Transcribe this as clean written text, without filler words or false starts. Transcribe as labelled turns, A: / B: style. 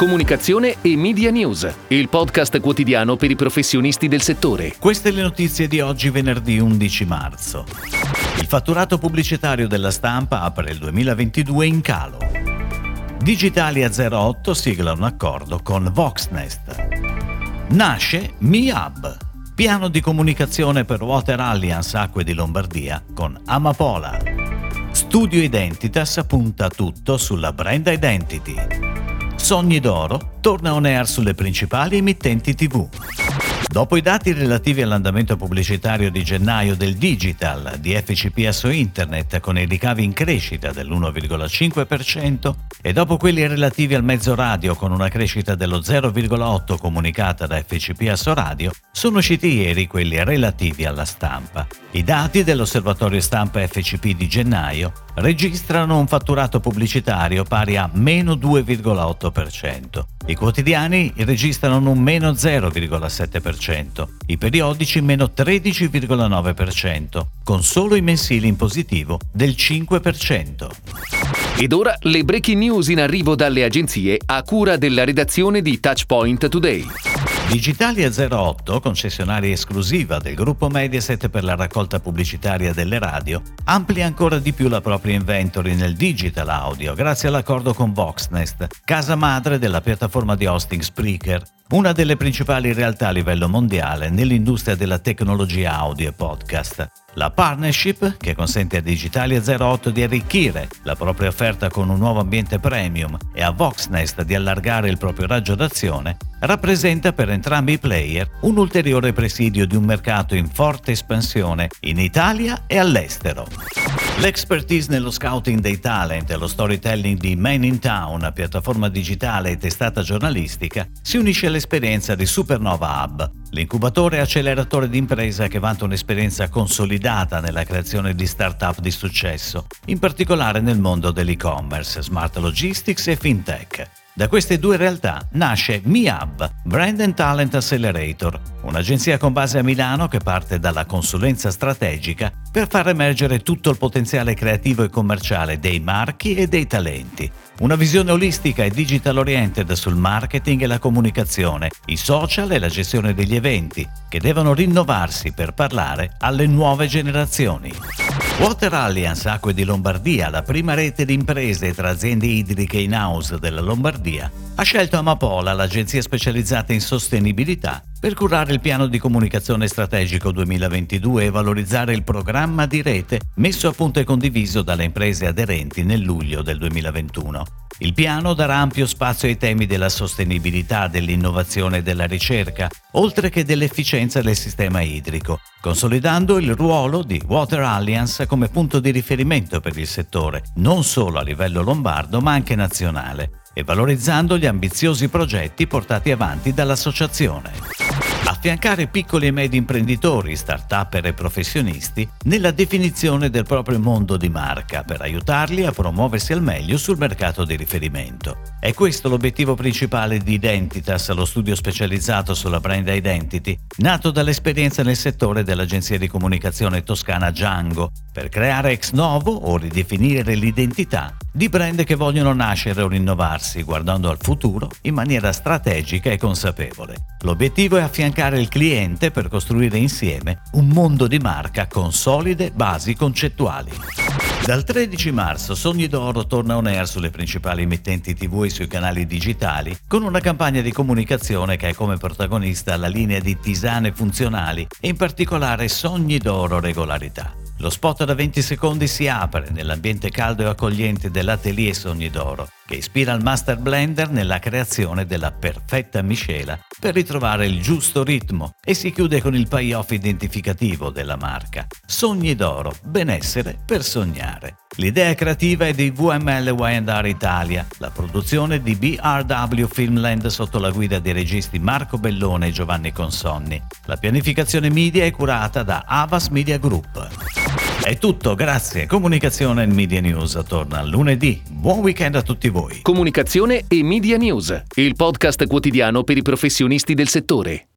A: Comunicazione e Media News, il podcast quotidiano per i professionisti del settore.
B: Queste le notizie di oggi, venerdì 11 marzo. Il fatturato pubblicitario della stampa apre il 2022 in calo. Digitalia 08 sigla un accordo con Voxnest. Nasce MiHub, piano di comunicazione per Water Alliance Acque di Lombardia con Amapola. Studio Identitas punta tutto sulla brand identity. Sogni d'oro torna on air sulle principali emittenti TV. Dopo i dati relativi all'andamento pubblicitario di gennaio del digital di FCP su Internet con i ricavi in crescita dell'1,5% e dopo quelli relativi al mezzo radio con una crescita dello 0,8% comunicata da FCP su Radio, sono usciti ieri quelli relativi alla stampa. I dati dell'osservatorio stampa FCP di gennaio registrano un fatturato pubblicitario pari a meno 2,8%. I quotidiani registrano un meno 0,7%, i periodici meno 13,9%, con solo i mensili in positivo del 5%.
A: Ed ora le breaking news in arrivo dalle agenzie a cura della redazione di Touchpoint Today.
B: Digitalia 08, concessionaria esclusiva del gruppo Mediaset per la raccolta pubblicitaria delle radio, amplia ancora di più la propria inventory nel digital audio grazie all'accordo con Voxnest, casa madre della piattaforma di hosting Spreaker, una delle principali realtà a livello mondiale nell'industria della tecnologia audio e podcast. La partnership, che consente a Digitalia 08 di arricchire la propria offerta con un nuovo ambiente premium e a Voxnest di allargare il proprio raggio d'azione, rappresenta per entrambi i player un ulteriore presidio di un mercato in forte espansione in Italia e all'estero. L'expertise nello scouting dei talent e lo storytelling di Man in Town, piattaforma digitale e testata giornalistica, si unisce all'esperienza di Supernova Hub, l'incubatore e acceleratore di impresa che vanta un'esperienza consolidata nella creazione di start-up di successo, in particolare nel mondo dell'e-commerce, smart logistics e fintech. Da queste due realtà nasce MiHub, Brand and Talent Accelerator, un'agenzia con base a Milano che parte dalla consulenza strategica per far emergere tutto il potenziale creativo e commerciale dei marchi e dei talenti. Una visione olistica e digital oriented sul marketing e la comunicazione, i social e la gestione degli eventi, che devono rinnovarsi per parlare alle nuove generazioni. Water Alliance Acque di Lombardia, la prima rete di imprese tra aziende idriche in-house della Lombardia, ha scelto Amapola, l'agenzia specializzata in sostenibilità, per curare il piano di comunicazione strategico 2022 e valorizzare il programma di rete messo a punto e condiviso dalle imprese aderenti nel luglio del 2021. Il piano darà ampio spazio ai temi della sostenibilità, dell'innovazione e della ricerca, oltre che dell'efficienza del sistema idrico, consolidando il ruolo di Water Alliance come punto di riferimento per il settore, non solo a livello lombardo ma anche nazionale, e valorizzando gli ambiziosi progetti portati avanti dall'associazione. Affiancare piccoli e medi imprenditori, start-upper e professionisti nella definizione del proprio mondo di marca per aiutarli a promuoversi al meglio sul mercato di riferimento. È questo l'obiettivo principale di Identitas, lo studio specializzato sulla brand identity, nato dall'esperienza nel settore dell'agenzia di comunicazione toscana Django, per creare ex novo o ridefinire l'identità di brand che vogliono nascere o rinnovarsi guardando al futuro in maniera strategica e consapevole. L'obiettivo è affiancare il cliente per costruire insieme un mondo di marca con solide basi concettuali. Dal 13 marzo Sogni d'oro torna on air sulle principali emittenti TV e sui canali digitali con una campagna di comunicazione che ha come protagonista la linea di tisane funzionali e in particolare Sogni d'oro regolarità. Lo spot da 20 secondi si apre nell'ambiente caldo e accogliente dell'Atelier Sogni d'oro, che ispira il Master Blender nella creazione della perfetta miscela per ritrovare il giusto ritmo e si chiude con il payoff identificativo della marca. Sogni d'oro, benessere per sognare. L'idea creativa è di VML Y&R Italia, la produzione di BRW Filmland sotto la guida dei registi Marco Bellone e Giovanni Consonni. La pianificazione media è curata da Havas Media Group. È tutto, grazie. Comunicazione e Media News torna lunedì. Buon weekend a tutti voi.
A: Comunicazione e Media News, il podcast quotidiano per i professionisti del settore.